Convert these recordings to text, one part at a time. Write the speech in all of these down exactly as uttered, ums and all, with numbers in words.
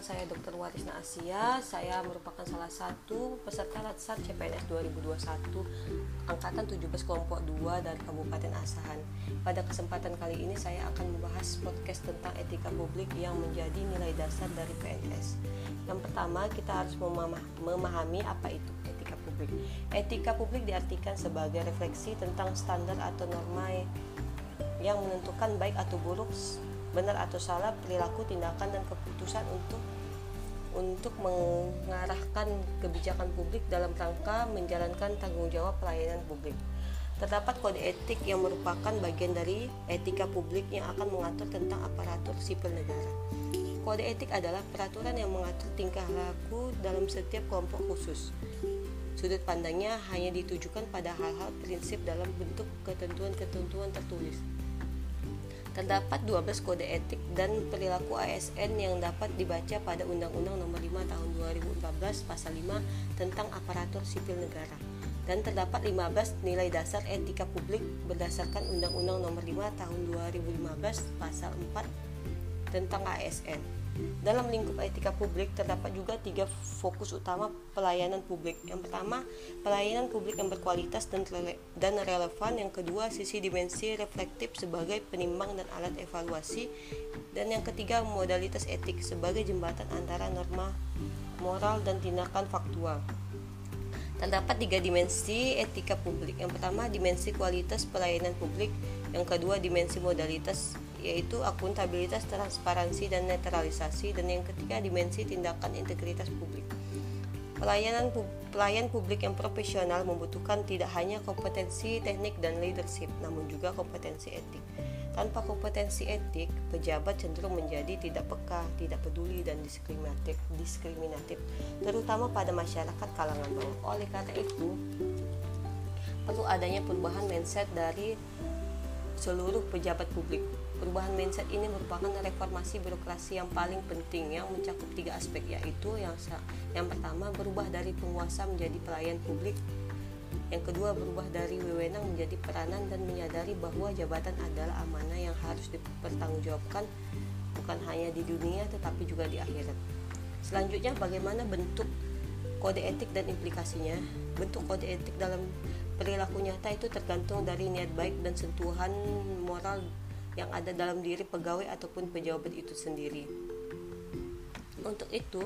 dengan saya dokter Warisna Asia. Saya merupakan salah satu peserta Latsar C P N S dua ribu dua puluh satu angkatan tujuh belas kelompok dua dari Kabupaten Asahan. Pada kesempatan kali ini saya akan membahas podcast tentang etika publik yang menjadi nilai dasar dari P N S. Yang pertama, kita harus memahami apa itu etika publik. Etika publik diartikan sebagai refleksi tentang standar atau norma yang menentukan baik atau buruk, benar atau salah perilaku, tindakan, dan keputusan untuk untuk mengarahkan kebijakan publik dalam rangka menjalankan tanggung jawab pelayanan publik. Terdapat kode etik yang merupakan bagian dari etika publik yang akan mengatur tentang aparatur sipil negara. Kode etik adalah peraturan yang mengatur tingkah laku dalam setiap kelompok khusus. Sudut pandangnya hanya ditujukan pada hal-hal prinsip dalam bentuk ketentuan-ketentuan tertulis. Terdapat dua belas kode etik dan perilaku A S N yang dapat dibaca pada Undang-Undang Nomor lima Tahun dua ribu empat belas Pasal lima tentang aparatur sipil negara. Dan terdapat lima belas nilai dasar etika publik berdasarkan Undang-Undang Nomor lima Tahun dua ribu lima belas Pasal empat tentang A S N. Dalam lingkup etika publik terdapat juga tiga fokus utama pelayanan publik. Yang pertama, pelayanan publik yang berkualitas dan, rele- dan relevan. Yang kedua, sisi dimensi reflektif sebagai penimbang dan alat evaluasi. Dan yang ketiga, modalitas etik sebagai jembatan antara norma moral dan tindakan faktual. Terdapat tiga dimensi etika publik. Yang pertama, dimensi kualitas pelayanan publik. Yang kedua, dimensi modalitas, yaitu akuntabilitas, transparansi, dan netralisasi. Dan yang ketiga, dimensi tindakan integritas publik. Pelayanan pelayan publik yang profesional membutuhkan tidak hanya kompetensi teknik dan leadership, namun juga kompetensi etik. Tanpa kompetensi etik, pejabat cenderung menjadi tidak peka, tidak peduli, dan diskriminatif, diskriminatif, terutama pada masyarakat kalangan bawah. Oleh karena itu, perlu adanya perubahan mindset dari seluruh pejabat publik. Perubahan mindset ini merupakan reformasi birokrasi yang paling penting yang mencakup tiga aspek, yaitu yang yang pertama, berubah dari penguasa menjadi pelayan publik. Yang kedua, berubah dari wewenang menjadi peranan dan menyadari bahwa jabatan adalah amanah yang harus dipertanggungjawabkan bukan hanya di dunia tetapi juga di akhirat. Selanjutnya, bagaimana bentuk kode etik dan implikasinya? Bentuk kode etik dalam perilaku nyata itu tergantung dari niat baik dan sentuhan moral yang ada dalam diri pegawai ataupun pejabat itu sendiri. Untuk itu,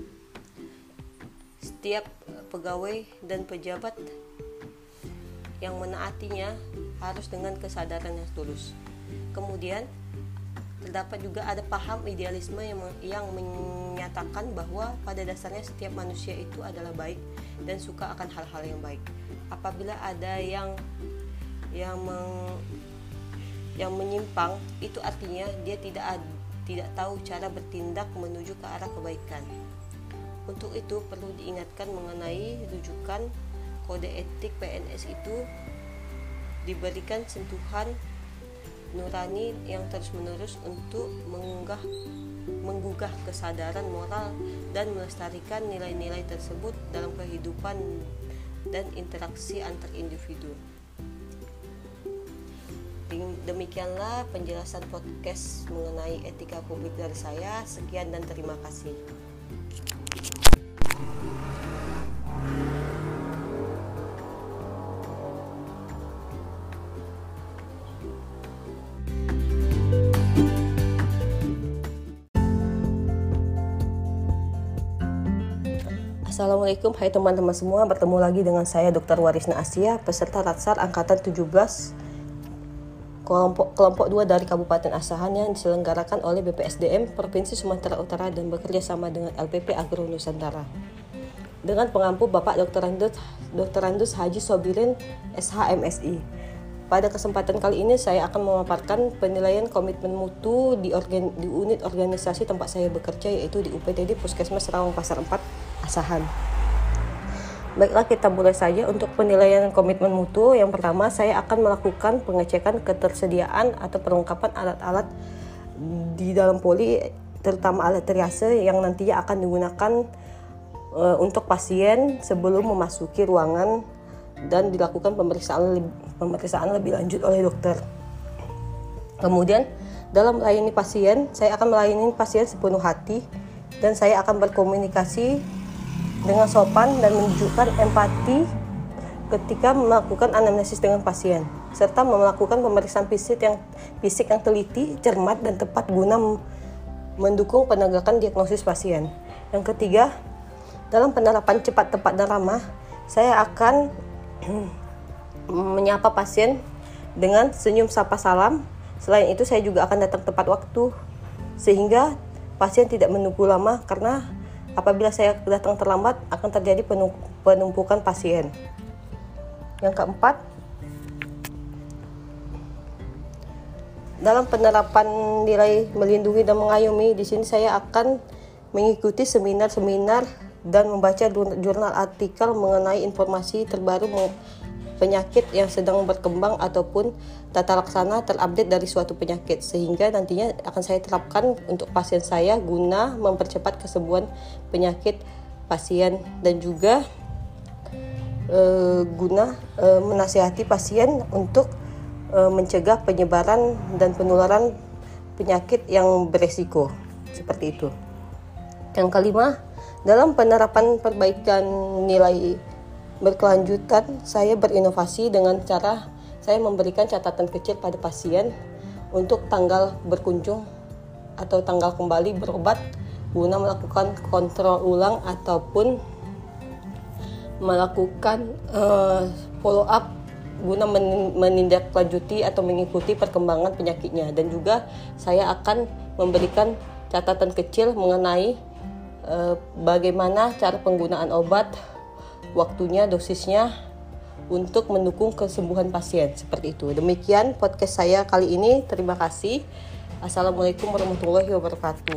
setiap pegawai dan pejabat yang menaatinya harus dengan kesadaran yang tulus. Kemudian terdapat juga ada paham idealisme yang, yang menyatakan bahwa pada dasarnya setiap manusia itu adalah baik dan suka akan hal-hal yang baik. Apabila ada yang yang meng, yang menyimpang, itu artinya dia tidak tidak tahu cara bertindak menuju ke arah kebaikan. Untuk itu perlu diingatkan mengenai rujukan kode etik P N S itu diberikan sentuhan nurani yang terus-menerus untuk mengunggah, menggugah kesadaran moral dan melestarikan nilai-nilai tersebut dalam kehidupan dan interaksi antar individu. Demikianlah penjelasan podcast mengenai etika publik dari saya. Sekian dan terima kasih. Assalamualaikum, hai teman-teman semua, bertemu lagi dengan saya dokter Warisna Asia, peserta Latsar angkatan tujuh belas kelompok kelompok dua dari Kabupaten Asahan yang diselenggarakan oleh B P S D M Provinsi Sumatera Utara dan bekerja sama dengan L P P Agro Nusantara. Dengan pengampu Bapak Doktor Andus, Doktor Andus Haji Sobirin S H M S I. Pada kesempatan kali ini saya akan memaparkan penilaian komitmen mutu di, organ, di unit organisasi tempat saya bekerja, yaitu di U P T D Puskesmas Rawang Pasar empat, Asahan. Baiklah, kita mulai saja untuk penilaian komitmen mutu. Yang pertama, saya akan melakukan pengecekan ketersediaan atau perlengkapan alat-alat di dalam poli, terutama alat triase yang nantinya akan digunakan e, untuk pasien sebelum memasuki ruangan dan dilakukan pemeriksaan pemeriksaan lebih lanjut oleh dokter. Kemudian dalam melayani pasien, saya akan melayani pasien sepenuh hati dan saya akan berkomunikasi dengan sopan dan menunjukkan empati ketika melakukan anamnesis dengan pasien, serta melakukan pemeriksaan fisik yang fisik yang teliti, cermat, dan tepat guna mendukung penegakan diagnosis pasien. Yang ketiga, dalam penerapan cepat, tepat, dan ramah, saya akan menyapa pasien dengan senyum sapa salam. Selain itu, saya juga akan datang tepat waktu, sehingga pasien tidak menunggu lama, karena apabila saya datang terlambat akan terjadi penumpukan pasien. Yang keempat, dalam penerapan nilai melindungi dan mengayomi, di sini saya akan mengikuti seminar-seminar dan membaca jurnal artikel mengenai informasi terbaru penyakit yang sedang berkembang ataupun tata laksana terupdate dari suatu penyakit, sehingga nantinya akan saya terapkan untuk pasien saya guna mempercepat kesembuhan penyakit pasien, dan juga e, guna e, menasihati pasien untuk e, mencegah penyebaran dan penularan penyakit yang beresiko, seperti itu. Yang kelima, dalam penerapan perbaikan nilai berkelanjutan, saya berinovasi dengan cara saya memberikan catatan kecil pada pasien untuk tanggal berkunjung atau tanggal kembali berobat guna melakukan kontrol ulang ataupun melakukan uh, follow up guna menindaklanjuti atau mengikuti perkembangan penyakitnya. Dan juga saya akan memberikan catatan kecil mengenai uh, bagaimana cara penggunaan obat, waktunya, dosisnya, untuk mendukung kesembuhan pasien, seperti itu. Demikian podcast saya kali ini. Terima kasih. Assalamualaikum warahmatullahi wabarakatuh.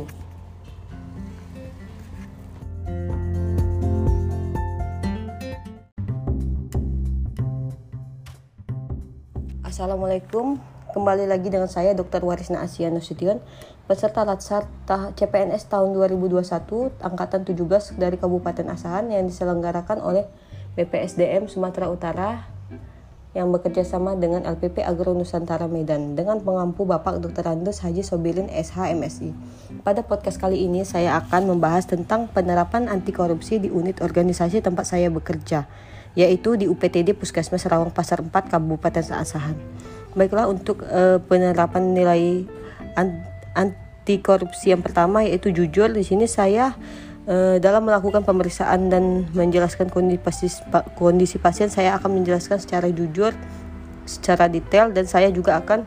Assalamualaikum. Kembali lagi dengan saya Dokter Warisna Asia Nasution, peserta Latsar C P N S tahun dua ribu dua puluh satu angkatan tujuh belas dari Kabupaten Asahan yang diselenggarakan oleh B P S D M Sumatera Utara yang bekerja sama dengan L P P Agro Nusantara Medan dengan pengampu Bapak Dokter Andes Haji Sobilin S H M Si. Pada podcast kali ini saya akan membahas tentang penerapan anti korupsi di unit organisasi tempat saya bekerja, yaitu di U P T D Puskesmas Rawang Pasar empat Kabupaten Asahan. Baiklah, untuk uh, penerapan nilai anti korupsi yang pertama yaitu jujur. Di sini saya uh, dalam melakukan pemeriksaan dan menjelaskan kondisi, kondisi pasien, saya akan menjelaskan secara jujur, secara detail, dan saya juga akan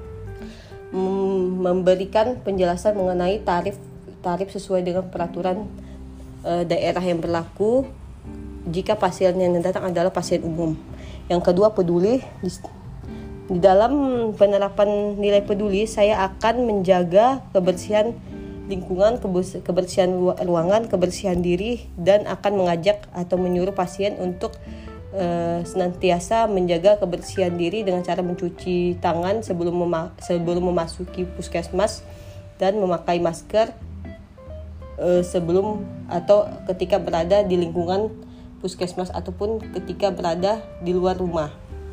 memberikan penjelasan mengenai tarif tarif sesuai dengan peraturan uh, daerah yang berlaku jika pasien yang datang adalah pasien umum. Yang kedua, peduli. Di, di dalam penerapan nilai peduli, saya akan menjaga kebersihan lingkungan, kebersihan ruangan, kebersihan diri, dan akan mengajak atau menyuruh pasien untuk uh, senantiasa menjaga kebersihan diri dengan cara mencuci tangan sebelum mema- sebelum memasuki puskesmas dan memakai masker uh, sebelum atau ketika berada di lingkungan puskesmas ataupun ketika berada di luar rumah.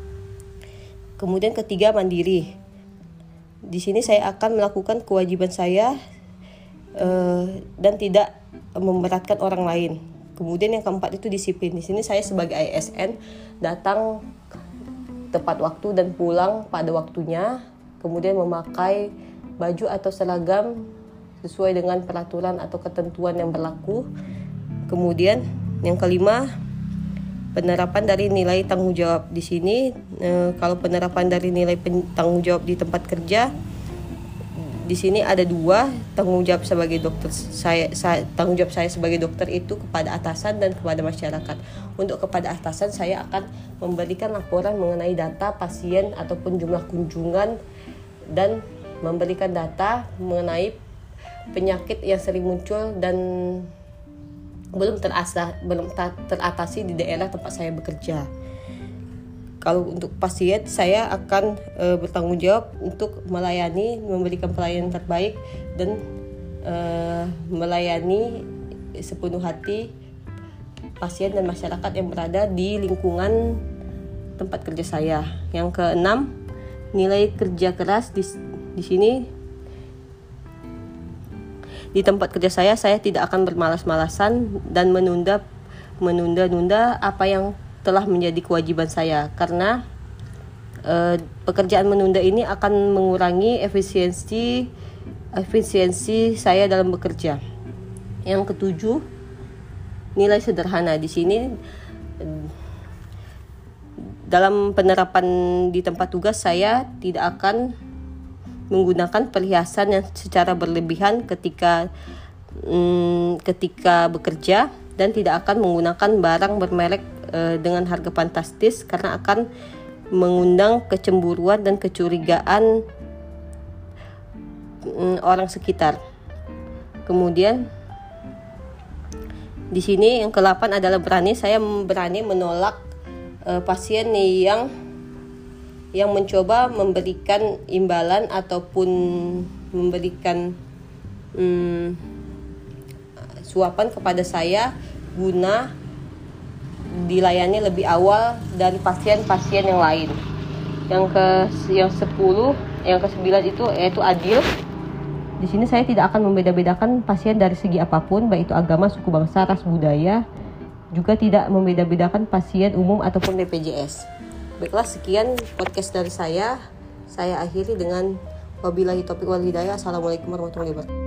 Kemudian ketiga, mandiri. Di sini saya akan melakukan kewajiban saya uh, dan tidak memberatkan orang lain. Kemudian yang keempat itu disiplin. Di sini saya sebagai A S N datang tepat waktu dan pulang pada waktunya. Kemudian memakai baju atau seragam sesuai dengan peraturan atau ketentuan yang berlaku. Kemudian yang kelima, penerapan dari nilai tanggung jawab. Di sini e, kalau penerapan dari nilai pen, tanggung jawab di tempat kerja, di sini ada dua. Tanggung jawab sebagai dokter saya, saya tanggung jawab saya sebagai dokter itu kepada atasan dan kepada masyarakat. Untuk kepada atasan, saya akan memberikan laporan mengenai data pasien ataupun jumlah kunjungan dan memberikan data mengenai penyakit yang sering muncul dan belum terasa, belum teratasi di daerah tempat saya bekerja. Kalau untuk pasien, saya akan e, bertanggung jawab untuk melayani, memberikan pelayanan terbaik dan e, melayani sepenuh hati pasien dan masyarakat yang berada di lingkungan tempat kerja saya. Yang keenam, nilai kerja keras. Di, di sini Di tempat kerja saya, saya tidak akan bermalas-malasan dan menunda menunda-nunda apa yang telah menjadi kewajiban saya, karena eh, pekerjaan menunda ini akan mengurangi efisiensi efisiensi saya dalam bekerja. Yang ketujuh, nilai sederhana. Di sini dalam penerapan di tempat tugas, saya tidak akan menggunakan perhiasan yang secara berlebihan ketika hmm, ketika bekerja, dan tidak akan menggunakan barang bermerek e, dengan harga fantastis, karena akan mengundang kecemburuan dan kecurigaan mm, orang sekitar. Kemudian di sini yang kedelapan adalah berani. Saya berani menolak e, pasien yang yang mencoba memberikan imbalan ataupun memberikan hmm, suapan kepada saya guna dilayani lebih awal dari pasien-pasien yang lain. Yang ke yang sepuluh, yang kesembilan itu yaitu adil. Di sini saya tidak akan membeda-bedakan pasien dari segi apapun, baik itu agama, suku, bangsa, ras, budaya, juga tidak membeda-bedakan pasien umum ataupun B P J S. Baiklah, sekian podcast dari saya. Saya akhiri dengan wabillahi taufiq wal hidayah. Assalamualaikum warahmatullahi wabarakatuh.